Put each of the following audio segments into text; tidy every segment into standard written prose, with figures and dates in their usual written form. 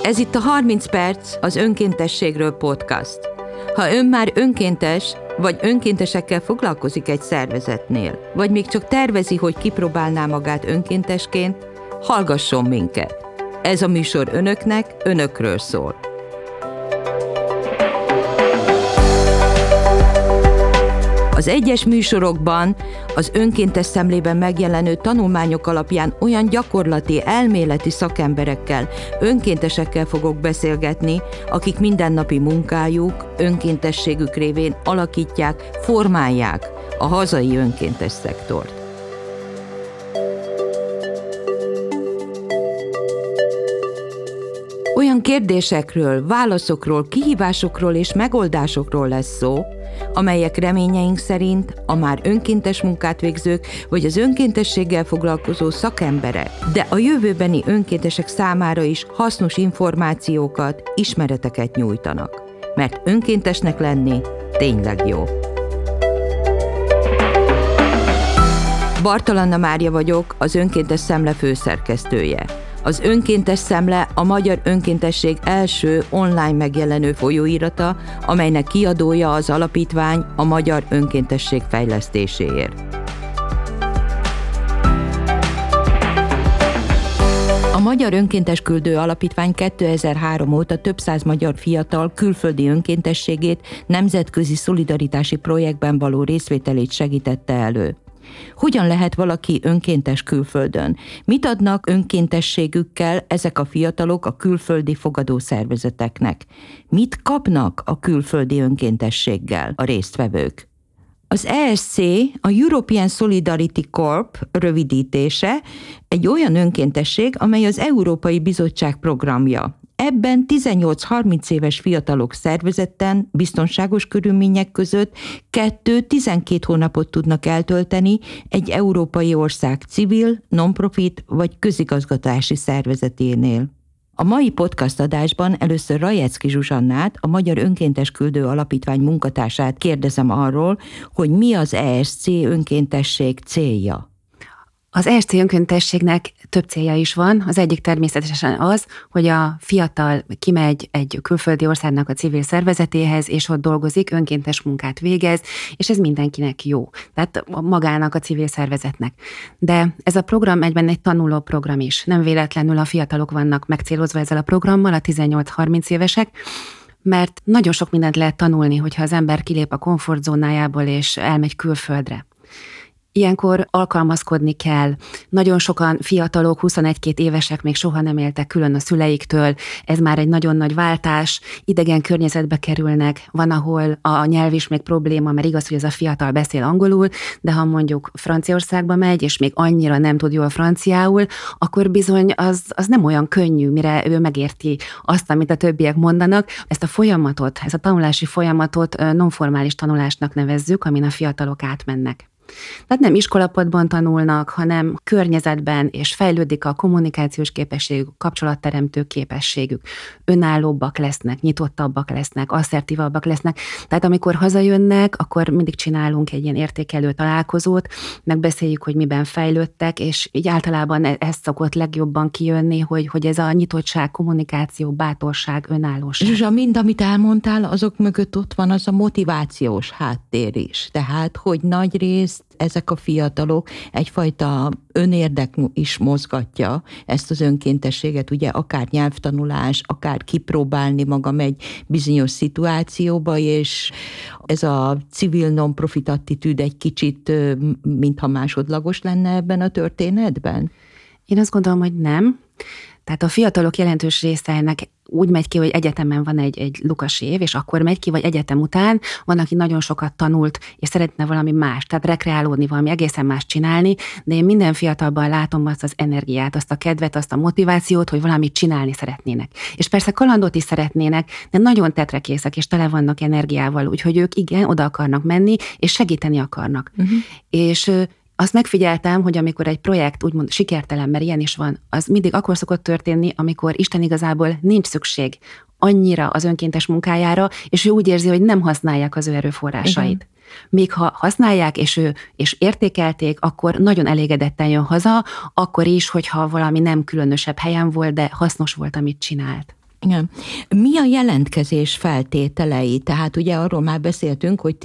Ez itt a 30 perc az önkéntességről podcast. Ha ön már önkéntes, vagy önkéntesekkel foglalkozik egy szervezetnél, vagy még csak tervezi, hogy kipróbálná magát önkéntesként, hallgasson minket. Ez a műsor önöknek, önökről szól. Az egyes műsorokban az önkéntes szemlében megjelenő tanulmányok alapján olyan gyakorlati, elméleti szakemberekkel, önkéntesekkel fogok beszélgetni, akik mindennapi munkájuk, önkéntességük révén alakítják, formálják a hazai önkéntes szektort. Olyan kérdésekről, válaszokról, kihívásokról és megoldásokról lesz szó, amelyek reményeink szerint a már önkéntes munkát végzők vagy az önkéntességgel foglalkozó szakemberek, de a jövőbeni önkéntesek számára is hasznos információkat, ismereteket nyújtanak. Mert önkéntesnek lenni tényleg jó. Bartalanna Mária vagyok, az Önkéntes Szemle főszerkesztője. Az Önkéntes Szemle a magyar önkéntesség első online megjelenő folyóirata, amelynek kiadója az alapítvány a magyar önkéntesség fejlesztéséért. A Magyar Önkéntes Küldő Alapítvány 2003 óta több száz magyar fiatal külföldi önkéntességét nemzetközi szolidaritási projektben való részvételét segítette elő. Hogyan lehet valaki önkéntes külföldön? Mit adnak önkéntességükkel ezek a fiatalok a külföldi fogadószervezeteknek? Mit kapnak a külföldi önkéntességgel a résztvevők? Az ESC, a European Solidarity Corps rövidítése, egy olyan önkéntesség, amely az Európai Bizottság programja. Ebben 18-30 éves fiatalok szervezetten, biztonságos körülmények között 2-12 hónapot tudnak eltölteni egy európai ország civil, non-profit vagy közigazgatási szervezeténél. A mai podcast adásban először Rajecki Zsuzsannát, a Magyar Önkéntes Küldő Alapítvány munkatársát kérdezem arról, hogy mi az ESC önkéntesség célja. Az ESC önkéntességnek több célja is van. Az egyik természetesen az, hogy a fiatal kimegy egy külföldi országnak a civil szervezetéhez, és ott dolgozik, önkéntes munkát végez, és ez mindenkinek jó. Tehát magának a civil szervezetnek. De ez a program egyben egy tanuló program is. Nem véletlenül a fiatalok vannak megcélozva ezzel a programmal, a 18-30 évesek, mert nagyon sok mindent lehet tanulni, hogyha az ember kilép a komfortzónájából, és elmegy külföldre. Ilyenkor alkalmazkodni kell. Nagyon sokan fiatalok, 21-22 évesek még soha nem éltek külön a szüleiktől. Ez már egy nagyon nagy váltás, idegen környezetbe kerülnek, van, ahol a nyelv is még probléma, mert igaz, hogy ez a fiatal beszél angolul, de ha mondjuk Franciaországba megy, és még annyira nem tud jól franciául, akkor bizony az nem olyan könnyű, mire ő megérti azt, amit a többiek mondanak. Ezt a folyamatot, ezt a tanulási folyamatot nonformális tanulásnak nevezzük, amin a fiatalok átmennek. Tehát nem iskolapadban tanulnak, hanem környezetben, és fejlődik a kommunikációs képességük, kapcsolatteremtő képességük. Önállóbbak lesznek, nyitottabbak lesznek, asszertívabbak lesznek. Tehát amikor hazajönnek, akkor mindig csinálunk egy ilyen értékelő találkozót, megbeszéljük, hogy miben fejlődtek, és így általában ez szokott legjobban kijönni, hogy ez a nyitottság, kommunikáció, bátorság, önállóság. Zsuzsa, mind, amit elmondtál, azok mögött ott van az a motivációs háttér is. Tehát, hogy nagy rész ezek a fiatalok egyfajta önérdek is mozgatja ezt az önkéntességet, ugye akár nyelvtanulás, akár kipróbálni magam egy bizonyos szituációba, és ez a civil non-profit attitűd egy kicsit, mintha másodlagos lenne ebben a történetben? Én azt gondolom, hogy nem. Tehát a fiatalok jelentős részének úgy megy ki, hogy egyetemen van egy lukas év, és akkor megy ki, vagy egyetem után van, aki nagyon sokat tanult, és szeretne valami más, tehát rekreálódni, valami egészen más csinálni, de én minden fiatalban látom azt az energiát, azt a kedvet, azt a motivációt, hogy valamit csinálni szeretnének. És persze kalandot is szeretnének, de nagyon tetrekészek, és tele vannak energiával, úgyhogy ők igen, oda akarnak menni, és segíteni akarnak. És azt megfigyeltem, hogy amikor egy projekt úgymond sikertelen, mert ilyen is van, az mindig akkor szokott történni, amikor Isten igazából nincs szükség annyira az önkéntes munkájára, és ő úgy érzi, hogy nem használják az ő erőforrásait. Igen. Még ha használják, és értékelték, akkor nagyon elégedetten jön haza, akkor is, hogyha valami nem különösebb helyen volt, de hasznos volt, amit csinált. Igen. Mi a jelentkezés feltételei? Tehát ugye arról már beszéltünk, hogy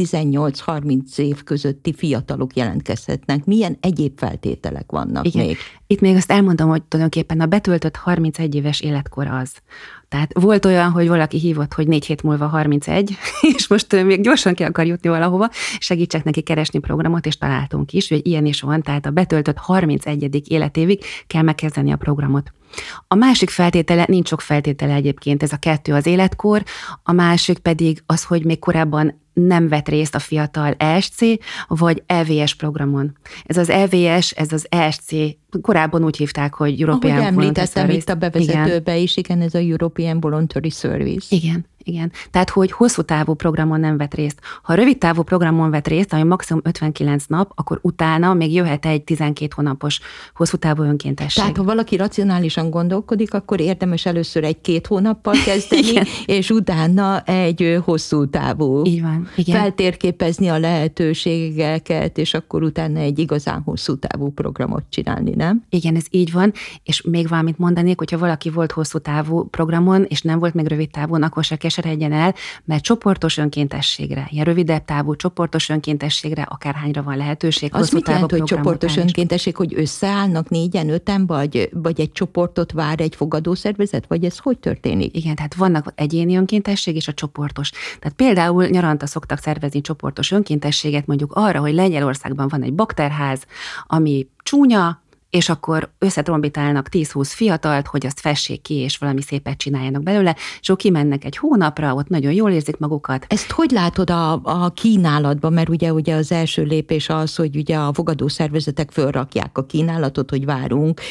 18-30 év közötti fiatalok jelentkezhetnek. Milyen egyéb feltételek vannak Igen. még? Itt még azt elmondom, hogy tulajdonképpen a betöltött 31 éves életkor az. Tehát volt olyan, hogy valaki hívott, hogy 4 hét múlva 31, és most még gyorsan ki akar jutni valahova, segítsek neki keresni programot, és találtunk is, hogy ilyen is van, tehát a betöltött 31. életévig kell megkezdeni a programot. A másik feltétele, nincs sok feltétele egyébként, ez a 2 az életkor, a másik pedig az, hogy még korábban nem vett részt a fiatal ESC vagy EVS programon. Ez az EVS, ez az ESC, korábban úgy hívták, hogy European Ahogy Voluntary említettem Service. itt a bevezetőbe is, igen, ez a European Voluntary Service. Igen. Tehát, hogy hosszú távú programon nem vett részt. Ha rövid távú programon vett részt, ami maximum 59 nap, akkor utána még jöhet egy 12 hónapos hosszú távú önkéntesség. Tehát, ha valaki racionálisan gondolkodik, akkor érdemes először 1-2 hónappal kezdeni, és utána egy hosszú távú. Így van, igen. Feltérképezni a lehetőségeket, és akkor utána egy igazán hosszú távú programot csinálni, nem? Igen, ez így van, és még valamit mondanék, hogyha valaki volt hosszú távú programon, és nem volt még rövid távon, akkor se keseredjen el, mert csoportos önkéntességre, ilyen rövidebb távú csoportos önkéntességre akárhányra van lehetőség. Az mit jelent, hogy csoportos önkéntesség, hogy összeállnak 4-5-en, vagy egy csoportot vár egy fogadószervezet, vagy ez hogy történik? Igen, tehát vannak egyéni önkéntesség és a csoportos. Tehát például nyaranta szoktak szervezni csoportos önkéntességet, mondjuk arra, hogy Lengyelországban van egy bakterház, ami csúnya, és akkor összetrombitálnak 10-20 fiatalt, hogy azt fessék ki, és valami szépet csináljanak belőle, és akkor kimennek egy hónapra, ott nagyon jól érzik magukat. Ezt hogy látod a kínálatban? Mert ugye az első lépés az, hogy ugye a fogadószervezetek fölrakják a kínálatot, hogy várunk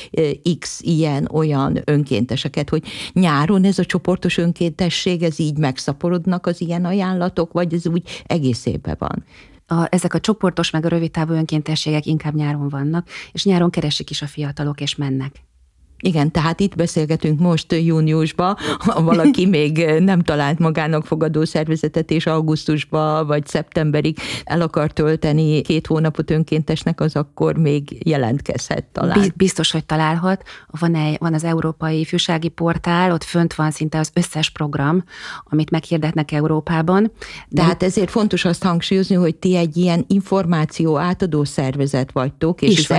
x ilyen-olyan önkénteseket, hogy nyáron ez a csoportos önkéntesség, ez így megszaporodnak az ilyen ajánlatok, vagy ez úgy egész évben van? Ezek a csoportos meg a rövidtávú önkéntességek inkább nyáron vannak, és nyáron keresik is a fiatalok, és mennek. Igen, tehát itt beszélgetünk most júniusban, ha valaki még nem talált magának fogadószervezetet, és augusztusban vagy szeptemberig el akar tölteni 2 hónapot önkéntesnek, az akkor még jelentkezhet talán. Biztos, hogy találhat. Van az Európai Ifjúsági Portál, ott fönt van szinte az összes program, amit meghirdetnek Európában. Tehát ezért fontos azt hangsúlyozni, hogy ti egy ilyen információ átadó szervezet vagytok, és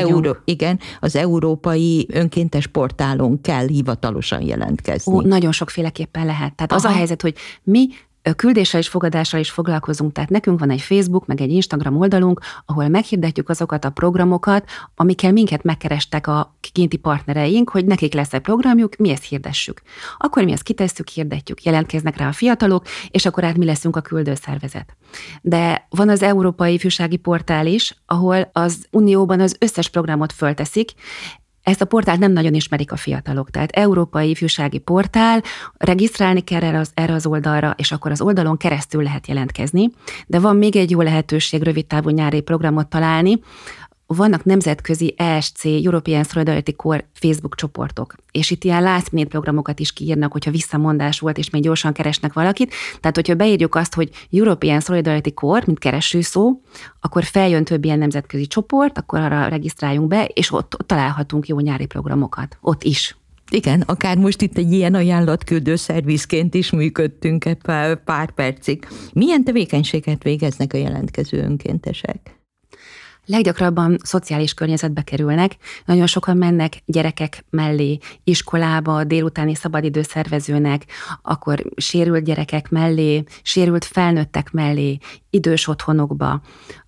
az Európai Önkéntes Portálon kell hivatalosan jelentkezni. Nagyon sokféleképpen lehet. Tehát az a helyzet, hogy mi küldéssel és fogadással is foglalkozunk, tehát nekünk van egy Facebook, meg egy Instagram oldalunk, ahol meghirdetjük azokat a programokat, amikkel minket megkerestek a kinti partnereink, hogy nekik lesz egy programjuk, mi ezt hirdessük. Akkor mi ezt kitesszük, hirdetjük, jelentkeznek rá a fiatalok, és akkor mi leszünk a küldőszervezet. De van az Európai Ifjúsági Portál is, ahol az Unióban az összes programot fölteszik. Ezt a portált nem nagyon ismerik a fiatalok, tehát Európai Ifjúsági Portál, regisztrálni kell erre az oldalra, és akkor az oldalon keresztül lehet jelentkezni. De van még egy jó lehetőség rövidtávú nyári programot találni. Vannak nemzetközi ESC, European Solidarity Corps Facebook csoportok, és itt ilyen last minute programokat is kiírnak, hogyha visszamondás volt, és még gyorsan keresnek valakit. Tehát, hogyha beírjuk azt, hogy European Solidarity Corps, mint keresőszó, akkor feljön több ilyen nemzetközi csoport, akkor arra regisztráljunk be, és ott találhatunk jó nyári programokat. Ott is. Igen, akár most itt egy ilyen ajánlatküldő szervizként is működtünk pár percig. Milyen tevékenységet végeznek a jelentkező önkéntesek? Leggyakrabban szociális környezetbe kerülnek, nagyon sokan mennek gyerekek mellé, iskolába, délutáni szabadidőszervezőnek, akkor sérült gyerekek mellé, sérült felnőttek mellé, idős otthonokba,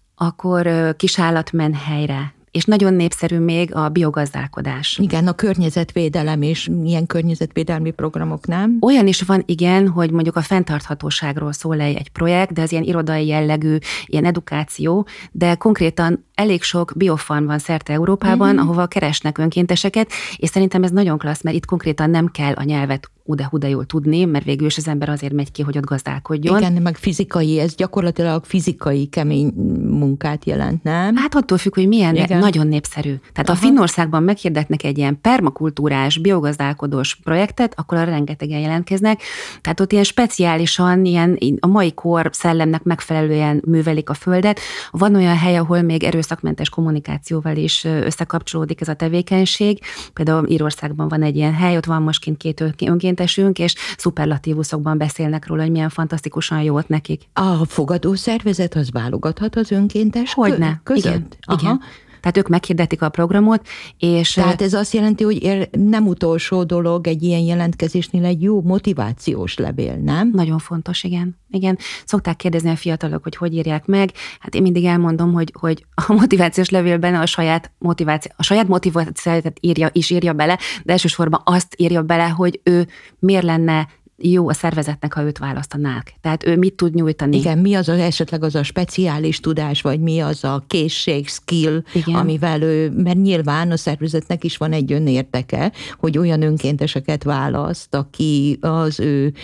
akkor kisállatmenhelyre, és nagyon népszerű még a biogazdálkodás. Igen, a környezetvédelem és ilyen környezetvédelmi programok, nem? Olyan is van, igen, hogy mondjuk a fenntarthatóságról szól egy projekt, de ez ilyen irodai jellegű, ilyen edukáció, de konkrétan elég sok biofarm van szerte Európában, ahova keresnek önkénteseket, és szerintem ez nagyon klassz, mert itt konkrétan nem kell a nyelvet de jól tudni, mert végül is az ember azért megy ki, hogy ott gazdálkodjon. Igen, meg fizikai, ez gyakorlatilag fizikai kemény munkát jelent, nem? Hát attól függ, hogy milyen, de nagyon népszerű. Tehát ha Finnországban meghirdetnek egy ilyen permakultúrás, biogazdálkodós projektet, akkor arra rengetegen jelentkeznek. Tehát ott ilyen speciálisan, ilyen a mai kor szellemnek megfelelően művelik a földet. Van olyan hely, ahol még erőszakmentes kommunikációval is összekapcsolódik ez a tevékenység. Például Írországban van egy ilyen hely, ott van most kint 2 önkéntes, önkéntesünk, és szuperlatívuszokban beszélnek róla, hogy milyen fantasztikusan jót nekik. A fogadó szervezet az válogathat az önkéntes között? Igen. Tehát ők meghirdetik a programot, és... Tehát ez azt jelenti, hogy nem utolsó dolog egy ilyen jelentkezésnél egy jó motivációs levél, nem? Nagyon fontos, igen. Igen. Szokták kérdezni a fiatalok, hogy írják meg. Hát én mindig elmondom, hogy a motivációs levélben a saját motivációt írja bele, de elsősorban azt írja bele, hogy ő miért lenne jó a szervezetnek, ha őt választanák. Tehát ő mit tud nyújtani. Igen, mi az esetleg az a speciális tudás, vagy mi az a készség, skill, igen, amivel ő, mert nyilván a szervezetnek is van egy önérdeke, hogy olyan önkénteseket választ, aki az ő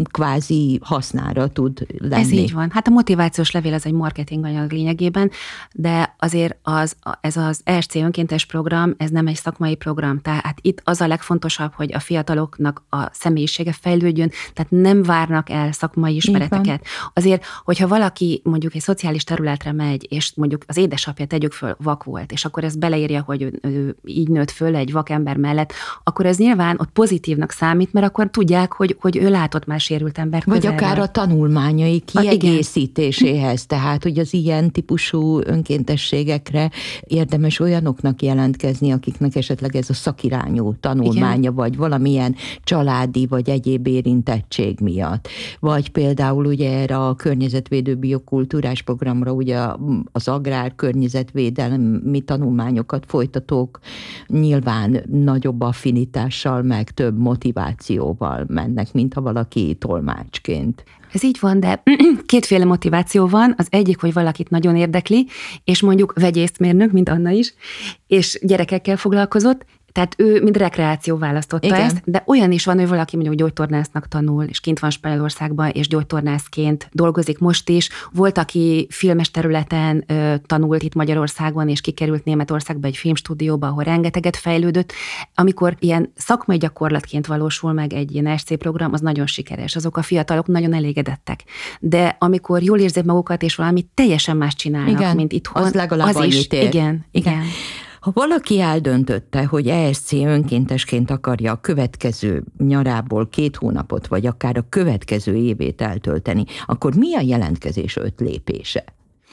kvázi hasznára tud lenni. Ez így van. Hát a motivációs levél az egy marketinganyag lényegében, de azért ez az ESC önkéntes program, ez nem egy szakmai program. Tehát itt az a legfontosabb, hogy a fiataloknak a személyisége fejlődjön, tehát nem várnak el szakmai ismereteket. Azért, hogyha valaki mondjuk egy szociális területre megy, és mondjuk az édesapja, tegyük föl, vak volt, és akkor ezt beleírja, hogy ő így nőtt föl egy vak ember mellett, akkor ez nyilván ott pozitívnak számít, mert akkor tudják, hogy ő látott már sérült ember közelről. Vagy akár a tanulmányai kiegészítéséhez, tehát hogy az ilyen típusú önkéntességekre érdemes olyanoknak jelentkezni, akiknek esetleg ez a szakirányú tanulmánya, igen, vagy valamilyen családi, vagy egyéb érintettség miatt. Vagy például ugye erre a környezetvédő biokultúrás programra ugye az agrár környezetvédelmi tanulmányokat folytatók nyilván nagyobb affinitással, meg több motivációval mennek, mint ha valaki tolmácsként. Ez így van, de kétféle motiváció van. Az egyik, hogy valakit nagyon érdekli, és mondjuk vegyészmérnök, mint Anna is, és gyerekekkel foglalkozott, tehát ő mind rekreáció választotta, igen, ezt, de olyan is van, hogy valaki mondjuk gyógytornásznak tanul, és kint van Spanyolországban, és gyógytornászként dolgozik most is. Volt, aki filmes területen tanult itt Magyarországon, és kikerült Németországba egy filmstúdióba, ahol rengeteget fejlődött. Amikor ilyen szakmai gyakorlatként valósul meg egy ilyen ESC program, az nagyon sikeres. Azok a fiatalok nagyon elégedettek. De amikor jól érzik magukat, és valami teljesen más csinálnak, igen, mint itthon, az legalább annyit ér. Igen. Ha valaki eldöntötte, hogy ESC önkéntesként akarja a következő nyarából 2 hónapot, vagy akár a következő évét eltölteni, akkor mi a jelentkezés 5 lépése?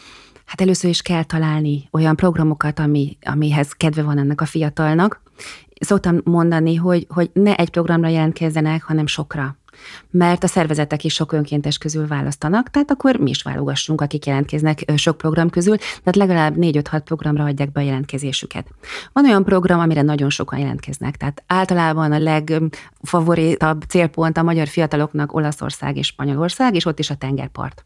Hát először is kell találni olyan programokat, amihez kedve van ennek a fiatalnak. Szoktam mondani, hogy ne egy programra jelentkezzenek, hanem sokra. Mert a szervezetek is sok önkéntes közül választanak, tehát akkor mi is válogassunk, akik jelentkeznek sok program közül, tehát legalább 4-5-6 programra adják be a jelentkezésüket. Van olyan program, amire nagyon sokan jelentkeznek, tehát általában a legfavoritabb célpont a magyar fiataloknak Olaszország és Spanyolország, és ott is a tengerpart.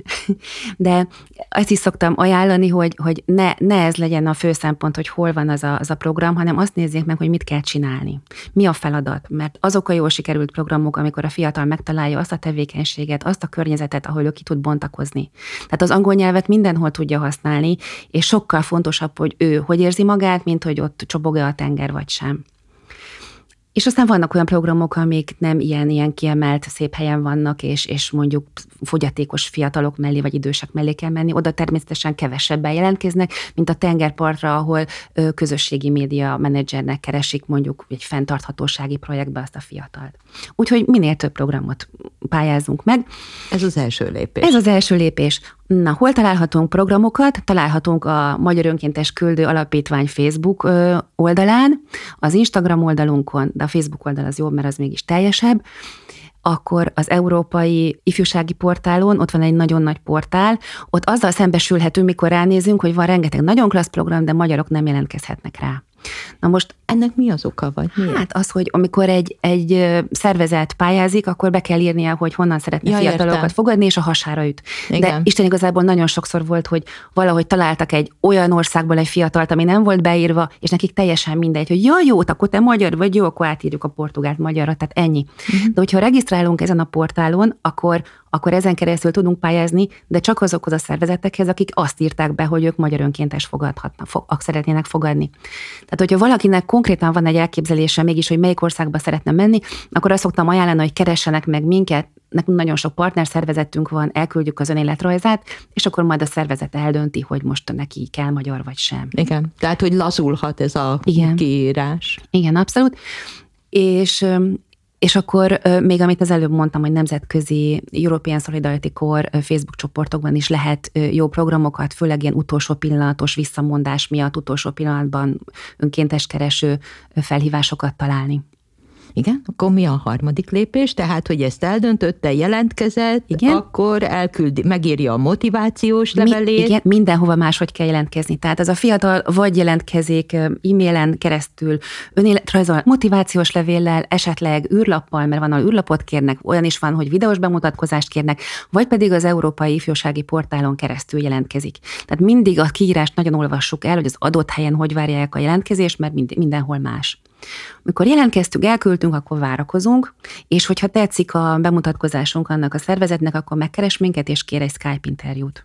De ezt is szoktam ajánlani, hogy ne ez legyen a fő szempont, hogy hol van az a program, hanem azt nézzék meg, hogy mit kell csinálni. Mi a feladat? Mert azok a jól sikerült programok, amikor a fiatal megtalálja azt a tevékenységet, azt a környezetet, ahol ő ki tud bontakozni. Tehát az angol nyelvet mindenhol tudja használni, és sokkal fontosabb, hogy ő hogy érzi magát, mint hogy ott csobog-e a tenger vagy sem. És aztán vannak olyan programok, amik nem ilyen kiemelt, szép helyen vannak, és mondjuk fogyatékos fiatalok mellé, vagy idősek mellé kell menni. Oda természetesen kevesebben jelentkeznek, mint a tengerpartra, ahol közösségi média menedzsernek keresik mondjuk egy fenntarthatósági projektbe azt a fiatalt. Úgyhogy minél több programot pályázunk meg. Ez az első lépés. Ez az első lépés. Na, hol találhatunk programokat? Találhatunk a Magyar Önkéntes Küldő Alapítvány Facebook oldalán, az Instagram oldalunkon, de a Facebook oldal az jobb, mert az mégis teljesebb. Akkor az Európai Ifjúsági Portálon, ott van egy nagyon nagy portál, ott azzal szembesülhetünk, mikor ránézünk, hogy van rengeteg nagyon klassz program, de magyarok nem jelentkezhetnek rá. Na most ennek mi az oka, vagy miért? Hát az, hogy amikor egy szervezet pályázik, akkor be kell írnia, hogy honnan szeretne fiatalokat fogadni, és a hasára üt. Igen. De Isten igazából nagyon sokszor volt, hogy valahogy találtak egy olyan országból egy fiatalt, ami nem volt beírva, és nekik teljesen mindegy, hogy jó, akkor te magyar vagy, jó, akkor átírjuk a portugált magyarra, tehát ennyi. De hogyha regisztrálunk ezen a portálon, akkor ezen keresztül tudunk pályázni, de csak azokhoz a szervezetekhez, akik azt írták be, hogy ők magyar önkéntes szeretnének fogadni. Tehát, hogyha valakinek konkrétan van egy elképzelése mégis, hogy melyik országba szeretne menni, akkor azt szoktam ajánlani, hogy keressenek meg minket, nekünk nagyon sok partnerszervezetünk van, elküldjük az önéletrajzát, és akkor majd a szervezet eldönti, hogy most neki kell magyar vagy sem. Igen, tehát, hogy lazulhat ez a kiírás. Igen, abszolút. És És akkor még amit az előbb mondtam, hogy nemzetközi European Solidarity Corps Facebook csoportokban is lehet jó programokat, főleg ilyen utolsó pillanatos visszamondás miatt, utolsó pillanatban önkéntes kereső felhívásokat találni. Igen, akkor mi a harmadik lépés? Tehát, hogy ezt eldöntötte, jelentkezett, igen? Akkor elküldi, megírja a motivációs levelét. Igen, mindenhova máshogy kell jelentkezni. Tehát ez a fiatal vagy jelentkezik e-mailen keresztül, önéletrajzol, motivációs levéllel, esetleg űrlappal, mert van, ahol űrlapot kérnek, olyan is van, hogy videós bemutatkozást kérnek, vagy pedig az Európai Ifjúsági Portálon keresztül jelentkezik. Tehát mindig a kiírást nagyon olvassuk el, hogy az adott helyen hogy várják a jelentkezést, mert mindenhol más. Amikor jelentkeztünk, elküldtünk, akkor várakozunk, és hogyha tetszik a bemutatkozásunk annak a szervezetnek, akkor megkeres minket, és kér egy Skype interjút.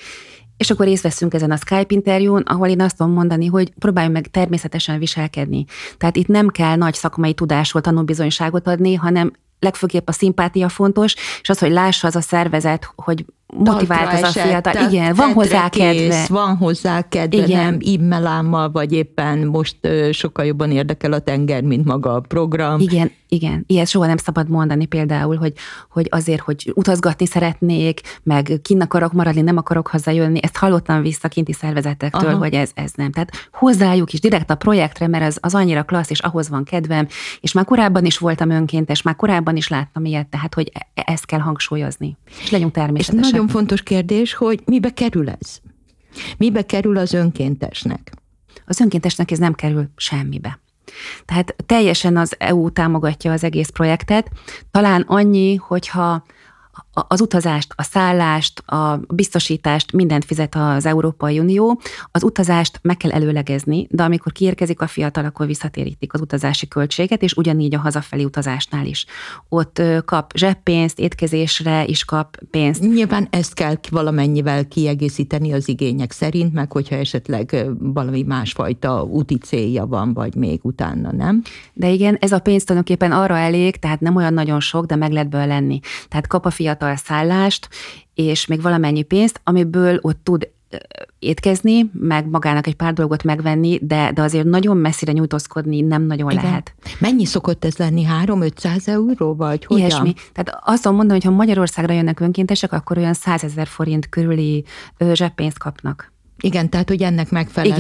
És akkor részt veszünk ezen a Skype interjún, ahol én azt tudom mondani, hogy próbáljunk meg természetesen viselkedni. Tehát itt nem kell nagy szakmai tudásról tanúbizonyságot adni, hanem legfőképp a szimpátia fontos, és az, hogy lássa az a szervezet, hogy motivált ez a fiatal. Igen, van hozzá kedve. Van hozzá kedve, igen. Nem immelámmal, vagy éppen most sokkal jobban érdekel a tenger, mint maga a program. Igen. Ilyet soha nem szabad mondani például, hogy azért, hogy utazgatni szeretnék, meg kinn akarok maradni, nem akarok hazajönni. Ezt hallottam vissza kinti szervezetektől, hogy ez nem. Tehát hozzájuk is direkt a projektre, mert az annyira klassz, és ahhoz van kedvem, és már korábban is voltam önkéntes, már korábban is láttam ilyet, tehát hogy ezt kell hangsúlyozni. És legyünk természetesek. És nagyon fontos kérdés, hogy mibe kerül ez? Mibe kerül az önkéntesnek? Az önkéntesnek ez nem kerül semmibe. Tehát teljesen az EU támogatja az egész projektet. Talán annyi, hogyha az utazást, a szállást, a biztosítást, mindent fizet az Európai Unió. Az utazást meg kell előlegezni, de amikor kiérkezik a fiatal, akkor visszatérítik az utazási költséget, és ugyanígy a hazafelé utazásnál is. Ott kap zseppénzt, étkezésre is kap pénzt. Nyilván ezt kell valamennyivel kiegészíteni az igények szerint, meg hogyha esetleg valami másfajta úti célja van, vagy még utána, nem? De igen, ez a pénz tulajdonképpen arra elég, tehát nem olyan nagyon sok, de meg lehet belőle lenni. Tehát kap a fiatal szállást, és még valamennyi pénzt, amiből ott tud étkezni, meg magának egy pár dolgot megvenni, de azért nagyon messzire nyújtózkodni nem nagyon lehet. Mennyi szokott ez lenni? 300-500 euró, vagy hogyan? Ilyesmi. Tehát azt mondom, hogy ha Magyarországra jönnek önkéntesek, akkor olyan 100 000 forint körüli zseppénzt kapnak. Igen, tehát, hogy ennek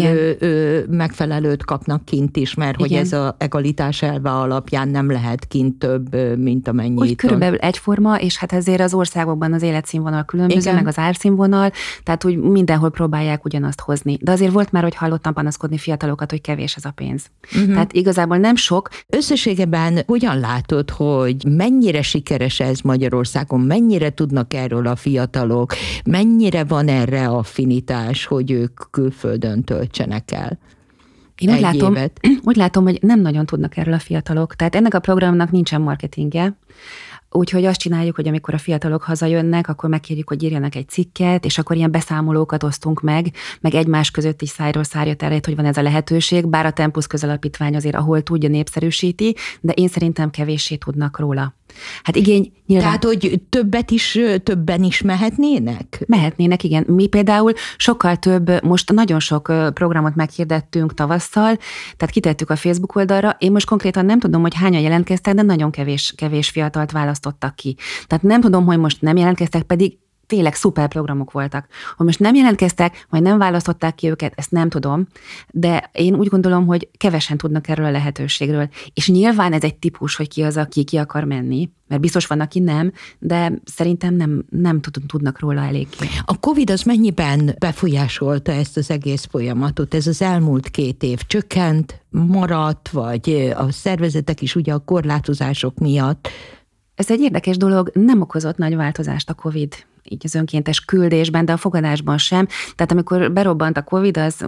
megfelelőt kapnak kint is, mert igen. Hogy ez az egalitás elve alapján nem lehet kint több, mint amennyi. Úgy körülbelül egyforma, és hát ezért az országokban az életszínvonal különböző, igen. Meg az árszínvonal, tehát úgy mindenhol próbálják ugyanazt hozni. De azért volt már, hogy hallottam panaszkodni fiatalokat, hogy kevés ez a pénz. Tehát igazából nem sok. Összességében hogyan látod, hogy mennyire sikeres ez Magyarországon, mennyire tudnak erről a fiatalok, mennyire van erre affinitás, hogy ők külföldön töltsenek el? Én úgy látom, hogy nem nagyon tudnak erről a fiatalok. Tehát ennek a programnak nincsen marketingje. Úgyhogy azt csináljuk, hogy amikor a fiatalok hazajönnek, akkor megkérjük, hogy írjanak egy cikket, és akkor ilyen beszámolókat osztunk meg egymás között is szájról szárja terjed, hogy van ez a lehetőség, bár a Tempus Közalapítvány azért, ahol tudja, népszerűsíti, de én szerintem kevéssé tudnak róla. Hát igény nyilván. Tehát, hogy többen is mehetnének? Mehetnének, igen. Mi például sokkal több, most nagyon sok programot meghirdettünk tavasszal, tehát kitettük a Facebook oldalra. Én most konkrétan nem tudom, hogy hányan jelentkeztek, de nagyon kevés fiatalt választottak ki. Tehát nem tudom, hogy most nem jelentkeztek, pedig tényleg szuper programok voltak. Hogy most nem jelentkeztek, vagy nem választották ki őket, ezt nem tudom, de én úgy gondolom, hogy kevesen tudnak erről a lehetőségről. És nyilván ez egy típus, hogy ki az, aki ki akar menni, mert biztos van, aki nem, de szerintem nem tudnak róla eléggé. A Covid az mennyiben befolyásolta ezt az egész folyamatot? Ez az elmúlt 2 év csökkent, maradt, vagy a szervezetek is ugye a korlátozások miatt? Ez egy érdekes dolog, nem okozott nagy változást a Covid, így az önkéntes küldésben, de a fogadásban sem. Tehát amikor berobbant a Covid, az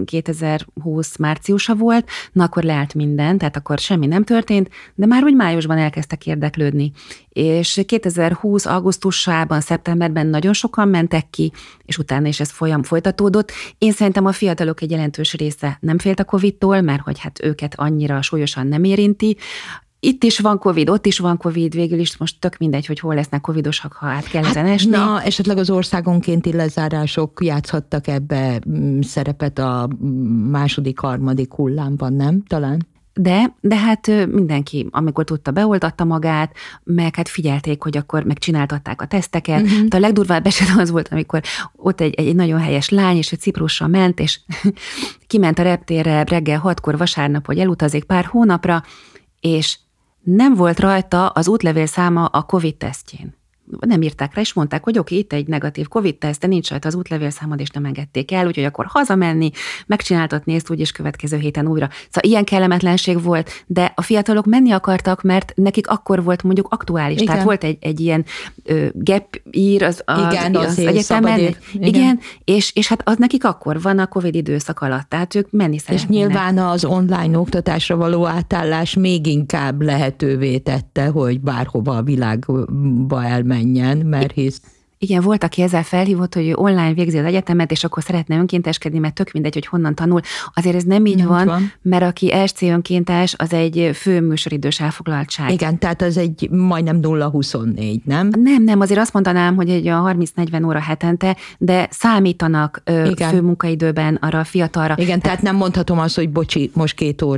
2020 márciusa volt, na akkor leállt minden, tehát akkor semmi nem történt, de már úgy májusban elkezdtek érdeklődni. És 2020 augusztusában, szeptemberben nagyon sokan mentek ki, és utána is ez folytatódott. Én szerintem a fiatalok egy jelentős része nem félt a Covid-tól, mert hogy hát őket annyira súlyosan nem érinti. Itt is van Covid, ott is van Covid, végül is most tök mindegy, hogy hol lesznek covidosak, ha át kell ezen esni. Na, esetleg az országonkénti lezárások játszhattak ebbe szerepet a második, harmadik hullámban, nem? Talán? De hát mindenki, amikor tudta, beoltatta magát, meg hát figyelték, hogy akkor megcsináltatták a teszteket. De a legdurvább eset az volt, amikor ott egy nagyon helyes lány, és egy Ciprussal ment, és kiment a reptérre reggel 6-kor vasárnap, hogy elutazik pár hónapra, és nem volt rajta az útlevélszáma a COVID-tesztjén. Nem írták rá, és mondták, hogy oké, itt egy negatív COVID-teszt, de nincs rajta az útlevélszámod, és nem engedték el, úgyhogy akkor hazamenni, megcsináltatni ezt úgyis következő héten újra. Szóval ilyen kellemetlenség volt, de a fiatalok menni akartak, mert nekik akkor volt mondjuk aktuális. Igen. Tehát volt egy ilyen gap year az egyetemen. Igen, és hát az nekik akkor van a COVID időszak alatt, tehát ők menni szeretnének. És nyilván az online oktatásra való átállás még inkább lehetővé tette, hogy bárhova a világba elmenjen, mert hisz... Igen, volt, aki ezzel felhívott, hogy online végzi az egyetemet, és akkor szeretne önkénteskedni, mert tök mindegy, hogy honnan tanul. Azért ez nem így van, mert aki SC önkéntes, az egy fő műsoridős elfoglaltság. Igen, tehát az egy majdnem 0-24, nem? Nem, azért azt mondanám, hogy egy 30-40 óra hetente, de számítanak fő munkaidőben arra a fiatalra. Igen, tehát nem mondhatom azt, hogy bocsi, most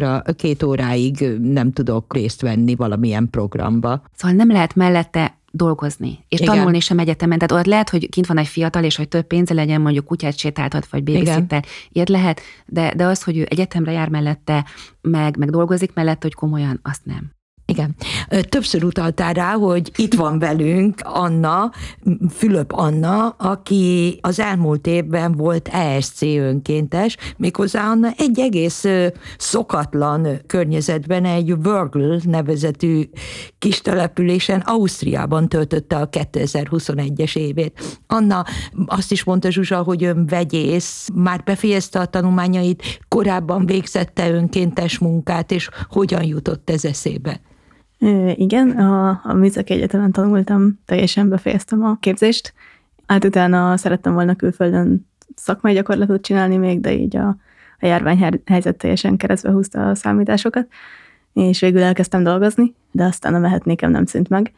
2 óráig nem tudok részt venni valamilyen programba. Szóval nem lehet mellette dolgozni, és igen, tanulni sem egyetemen. Tehát ott lehet, hogy kint van egy fiatal, és hogy több pénze legyen, mondjuk kutyát sétáltat, vagy babysittel. Ilyet lehet, de az, hogy ő egyetemre jár mellette, meg dolgozik mellette, hogy komolyan, azt nem. Igen. Többször utaltál rá, hogy itt van velünk Anna, Fülöp Anna, aki az elmúlt évben volt ESC önkéntes, méghozzá Anna egy egész szokatlan környezetben, egy Wörgl nevezetű kis településen, Ausztriában töltötte a 2021-es évét. Anna azt is mondta, Zsuzsa, hogy ön vegyész, már befejezte a tanulmányait, korábban végzette önkéntes munkát, és hogyan jutott ez eszébe? Igen, a Műszaki Egyetemen tanultam, teljesen befejeztem a képzést. Utána szerettem volna külföldön szakmai gyakorlatot csinálni még, de így a járványhelyzet teljesen keresztbe húzta a számításokat, és végül elkezdtem dolgozni, de aztán a mehetnékem nem szűnt meg.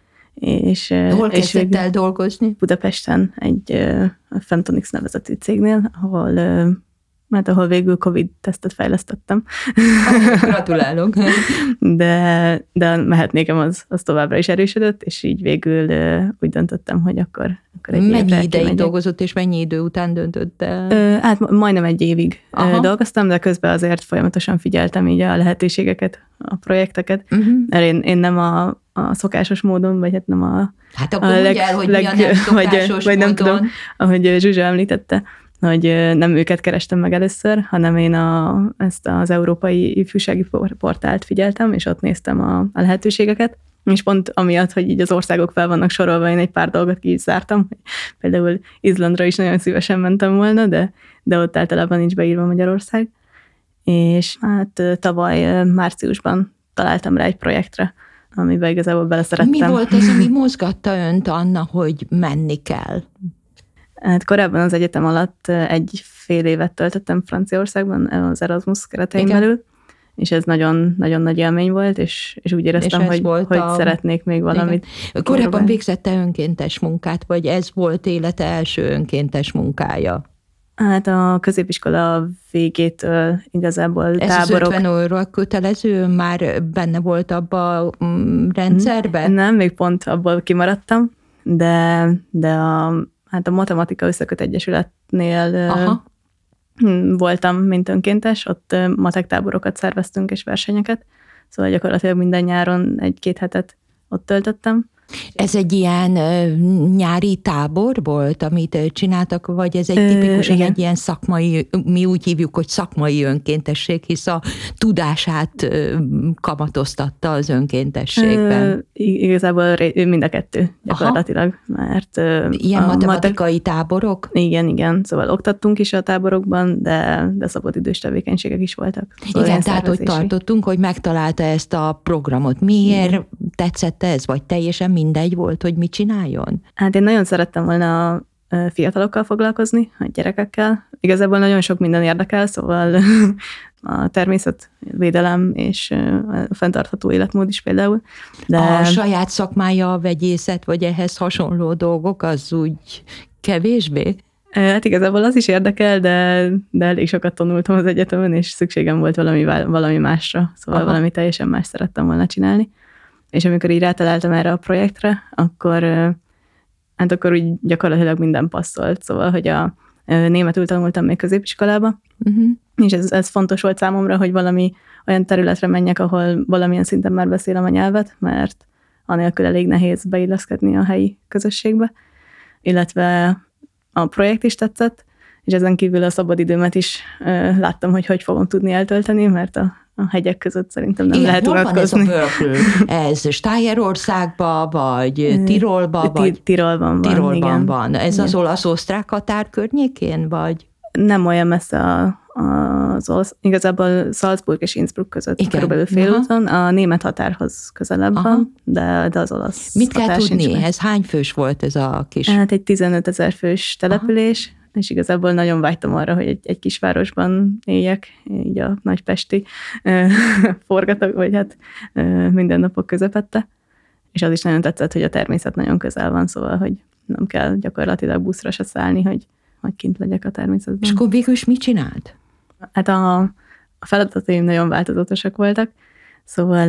Hol kezdett el dolgozni? Budapesten, egy Femtonix nevezetű cégnél, ahol végül COVID-tesztet fejlesztettem. Gratulálok! De mehetnékem az továbbra is erősödött, és így végül úgy döntöttem, hogy akkor egy mennyi ideig dolgozott, és mennyi idő után döntött el? Hát majdnem egy évig dolgoztam, de közben azért folyamatosan figyeltem így a lehetőségeket, a projekteket. Én nem a szokásos módon, vagy hát nem a... Hát akkor mondj el, hogy mi a nem szokásos vagy módon. Nem tudom, ahogy Zsuzsa említette, hogy nem őket kerestem meg először, hanem én ezt az európai ifjúsági portált figyeltem, és ott néztem a lehetőségeket, és pont amiatt, hogy így az országok fel vannak sorolva, én egy pár dolgot ki is zártam. Például Izlandra is nagyon szívesen mentem volna, de ott általában nincs beírva Magyarország. És hát tavaly márciusban találtam rá egy projektre, amiben igazából beleszerettem. Mi volt az, ami mozgatta önt, Anna, hogy menni kell? Hát korábban az egyetem alatt 1,5 évet töltöttem Franciaországban az Erasmus keretein belül, és ez nagyon-nagyon nagy élmény volt, és úgy éreztem, hogy szeretnék még valamit. Igen. Korábban végzette önkéntes munkát, vagy ez volt élete első önkéntes munkája? Hát a középiskola végétől igazából ez táborok. Ez az 50 euró kötelező már benne volt abban a rendszerben? Nem, még pont abból kimaradtam, de a Matematika Összeköt Egyesületnél voltam, mint önkéntes, ott matek táborokat szerveztünk és versenyeket, szóval gyakorlatilag minden nyáron 1-2 hetet ott töltöttem. Ez egy ilyen nyári tábor volt, amit csináltak, vagy ez egy tipikusan egy ilyen szakmai, mi úgy hívjuk, hogy szakmai önkéntesség, hisz a tudását kamatoztatta az önkéntességben. Igazából mind a kettő gyakorlatilag, mert ilyen matematikai táborok? Igen, szóval oktattunk is a táborokban, de szabadidős tevékenységek is voltak. Szóval igen, tehát hogy tartottunk, hogy megtalálta ezt a programot. Miért tetszett ez, vagy teljesen mindegy volt, hogy mit csináljon? Hát én nagyon szerettem volna fiatalokkal foglalkozni, a gyerekekkel. Igazából nagyon sok minden érdekel, szóval a természetvédelem és a fenntartható életmód is például. De a saját szakmája a vegyészet, vagy ehhez hasonló dolgok, az úgy kevésbé? Hát igazából az is érdekel, de elég sokat tanultam az egyetemen, és szükségem volt valami másra, szóval valami teljesen más szerettem volna csinálni. És amikor így rátaláltam erre a projektre, akkor úgy gyakorlatilag minden passzolt, szóval, hogy a németül tanultam még középiskolába, és ez fontos volt számomra, hogy valami olyan területre menjek, ahol valamilyen szinten már beszélem a nyelvet, mert anélkül elég nehéz beilleszkedni a helyi közösségbe, illetve a projekt is tetszett, és ezen kívül a szabadidőmet is láttam, hogy fogom tudni eltölteni, mert a hegyek között szerintem nem lehet unatkozni. Igen, hol van ez a Berkeley? Ez Stájerországban, vagy Tirolban? Tirolban van. Tirolban van. Ez igen. Az olasz-osztrák határ környékén, vagy? Nem olyan messze igazából Salzburg és Innsbruck között, igen. Körülbelül félúton, a német határhoz közelebb van, de az olasz. Mit kell tudni? Ez hány fős volt ez a kis? Hát egy 15 000 fős település, és igazából nagyon vágytam arra, hogy egy kisvárosban éljek, így a nagypesti forgatag, vagy hát mindennapok közepette. És az is nagyon tetszett, hogy a természet nagyon közel van, szóval, hogy nem kell gyakorlatilag buszra se szállni, hogy kint legyek a természetben. És akkor végül is mit csinált? Hát a feladataim nagyon változatosak voltak, szóval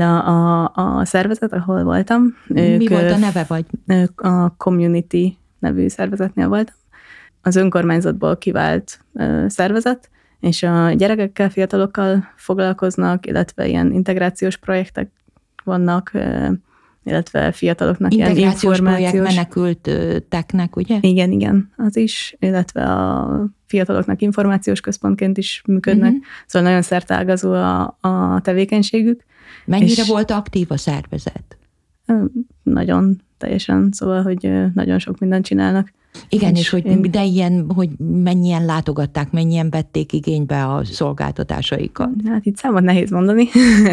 a szervezet, ahol voltam. Mi volt a neve, vagy? A Community nevű szervezetnél voltam. Az önkormányzatból kivált szervezet, és a gyerekekkel, fiatalokkal foglalkoznak, illetve ilyen integrációs projektek vannak, illetve fiataloknak ilyen információs projekt menekülteknek, ugye? Igen, az is, illetve a fiataloknak információs központként is működnek, szóval nagyon szerteágazó a tevékenységük. Mennyire volt aktív a szervezet? Nagyon, teljesen, szóval, hogy nagyon sok mindent csinálnak. Igen, és hogy mennyien látogatták, mennyien vették igénybe a szolgáltatásaikat? Hát itt számot nehéz mondani,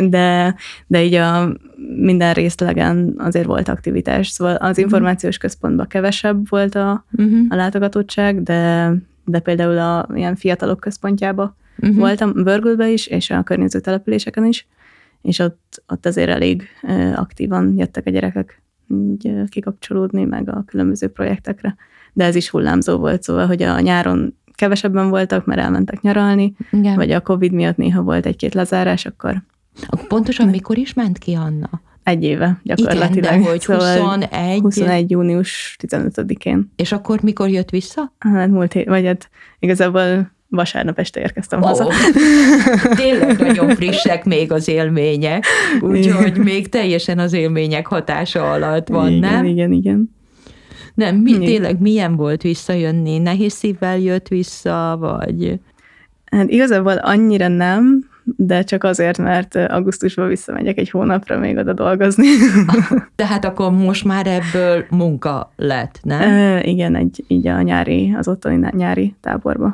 de így a minden részlegen azért volt aktivitás. Szóval az információs központban kevesebb volt a látogatottság, de például ilyen fiatalok központjában voltam, Börgülbe is, és a környező településeken is, és ott azért elég aktívan jöttek a gyerekek így kikapcsolódni, meg a különböző projektekre. De ez is hullámzó volt, szóval, hogy a nyáron kevesebben voltak, mert elmentek nyaralni, igen. Vagy a Covid miatt néha volt egy-két lezárás, akkor... Pontosan mikor is ment ki, Anna? Egy éve gyakorlatilag. Igen, de hogy szóval 21 június 15-én. És akkor mikor jött vissza? Hát múlt hét, vagy hát igazából vasárnap este érkeztem haza. Tényleg nagyon frissek még az élmények, úgyhogy még teljesen az élmények hatása alatt van, nem? Igen. Nem, tényleg milyen volt visszajönni? Nehéz szívvel jött vissza, vagy? Hát igazából annyira nem, de csak azért, mert augusztusban visszamegyek egy hónapra még oda dolgozni. Tehát akkor most már ebből munka lett, nem? Igen, így az ottani nyári táborba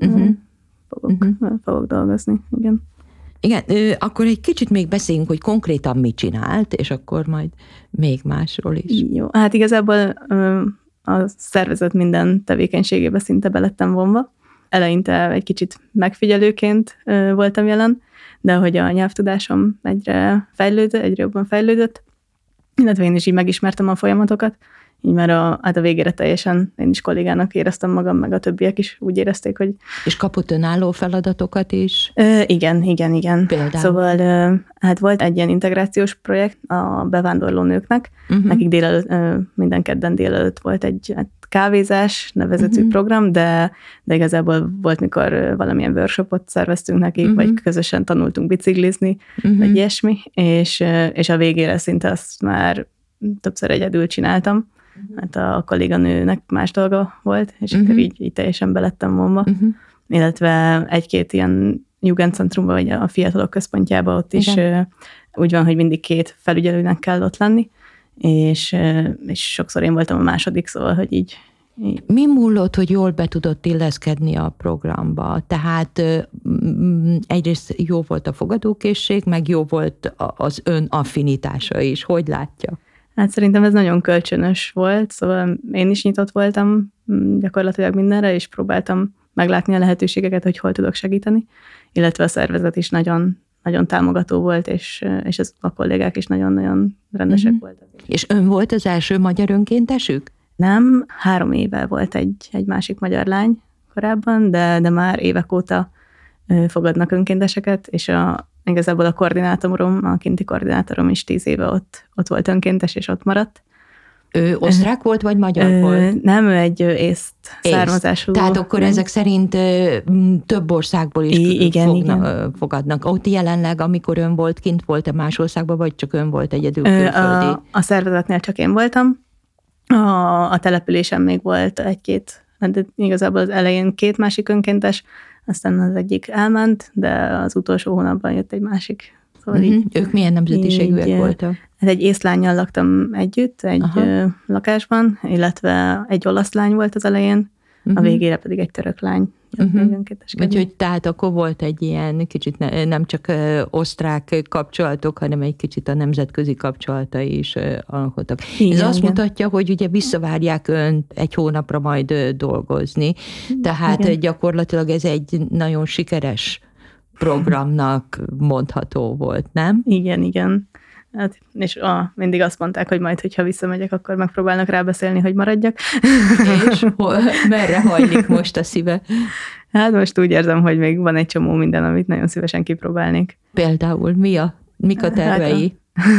fogok dolgozni, igen. Igen, akkor egy kicsit még beszéljünk, hogy konkrétan mit csinált, és akkor majd még másról is. Jó, hát igazából a szervezet minden tevékenységébe szinte belettem vonva. Eleinte egy kicsit megfigyelőként voltam jelen, de hogy a nyelvtudásom egyre jobban fejlődött, illetve én is így megismertem a folyamatokat, így már a végére teljesen én is kollégának éreztem magam, meg a többiek is úgy érezték, hogy... És kapott önálló feladatokat is? Igen. Például? Szóval hát volt egy ilyen integrációs projekt a bevándorló nőknek, nekik minden kedden délelőtt volt egy kávézás nevezetű program, de igazából volt, mikor valamilyen workshopot szerveztünk nekik, vagy közösen tanultunk biciklizni, vagy ilyesmi, és a végére szinte azt már többször egyedül csináltam, hát a kolléganőnek más dolga volt, és akkor így teljesen belettem vonva. Illetve egy-két ilyen Jugendcentrumban, vagy a fiatalok központjában ott is úgy van, hogy mindig 2 felügyelőnek kell ott lenni, és sokszor én voltam a második, szóval, hogy így. Mi múlott, hogy jól be tudott illeszkedni a programba? Tehát egyrészt jó volt a fogadókészség, meg jó volt az ön affinitása is. Hogy látja? Hát szerintem ez nagyon kölcsönös volt, szóval én is nyitott voltam gyakorlatilag mindenre, és próbáltam meglátni a lehetőségeket, hogy hol tudok segíteni, illetve a szervezet is nagyon, nagyon támogató volt, és a kollégák is nagyon-nagyon rendesek voltak. És ön volt az első magyar önkéntesük? Nem, 3 éve volt egy másik magyar lány korábban, de már évek óta fogadnak önkénteseket, és igazából a koordinátorom, a kinti koordinátorom is 10 éve ott volt önkéntes, és ott maradt. Ő osztrák volt, vagy magyar volt? Nem, ő egy észt származású. Tehát akkor ezek szerint több országból is fogadnak. Ott jelenleg, amikor ön volt kint, volt-e más országban, vagy csak ön volt egyedül külföldi? A szervezetnél csak én voltam. A településen még volt egy-két, de igazából az elején 2 másik önkéntes, aztán az egyik elment, de az utolsó hónapban jött egy másik. Szóval ők milyen nemzetiségűek voltak? Egy észlánnyal laktam együtt, egy lakásban, illetve egy olasz lány volt az elején, a végére pedig egy török lány. Úgyhogy tehát akkor volt egy ilyen kicsit nem csak osztrák kapcsolatok, hanem egy kicsit a nemzetközi kapcsolatai is alkottak. Ez azt mutatja, hogy ugye visszavárják önt egy hónapra majd dolgozni, tehát gyakorlatilag ez egy nagyon sikeres programnak mondható volt, nem? Igen. Hát, és mindig azt mondták, hogy majd, hogyha visszamegyek, akkor megpróbálnak rábeszélni, hogy maradjak. És merre hajlik most a szíve? Hát most úgy érzem, hogy még van egy csomó minden, amit nagyon szívesen kipróbálnék. Például mik a tervei?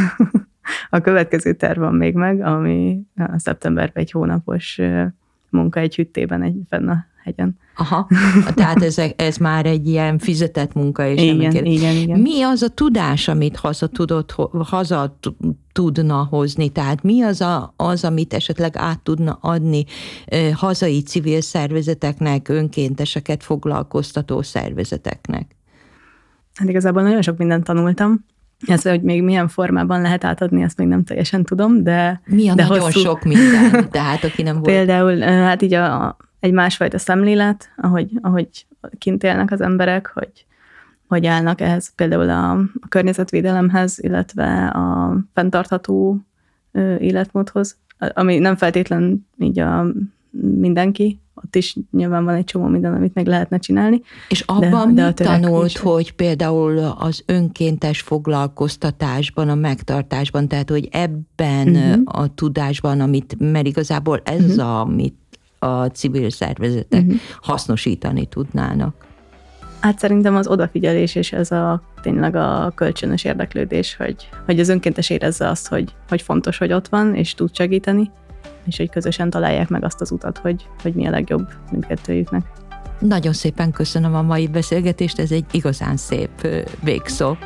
A következő terv van még meg, ami a szeptemberben egy hónapos munka egy hüttében fenn a hegyen. Aha, tehát ez már egy ilyen fizetett munka. És igen. Mi az a tudás, amit haza tudna hozni? Tehát mi az, amit esetleg át tudna adni hazai civil szervezeteknek, önkénteseket foglalkoztató szervezeteknek? Hát igazából nagyon sok mindent tanultam. Ez, hogy még milyen formában lehet átadni, azt még nem teljesen tudom, de... Mi a de nagyon sok minden? Tehát aki nem volt... Például hát így egy másfajta szemlélet, ahogy kint élnek az emberek, hogy állnak ehhez például a környezetvédelemhez, illetve a fenntartható életmódhoz, ami nem feltétlen így mindenki, ott is nyilván van egy csomó minden, amit meg lehetne csinálni. És abban mit tanult, hogy például az önkéntes foglalkoztatásban, a megtartásban, tehát hogy ebben a tudásban, mert igazából ez az, amit a civil szervezetek hasznosítani tudnának? Hát szerintem az odafigyelés, és ez tényleg a kölcsönös érdeklődés, hogy az önkéntes érezze azt, hogy fontos, hogy ott van, és tud segíteni, és hogy közösen találják meg azt az utat, hogy mi a legjobb mindkettőjüknek. Nagyon szépen köszönöm a mai beszélgetést, ez egy igazán szép végszó.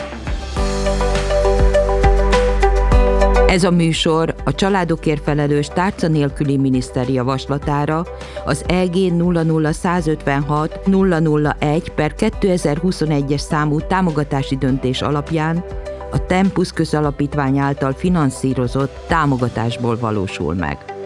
Ez a műsor a családokért felelős tárca nélküli miniszter javaslatára, az EG 00156 001 per 2021-es számú támogatási döntés alapján a Tempus közalapítvány által finanszírozott támogatásból valósul meg.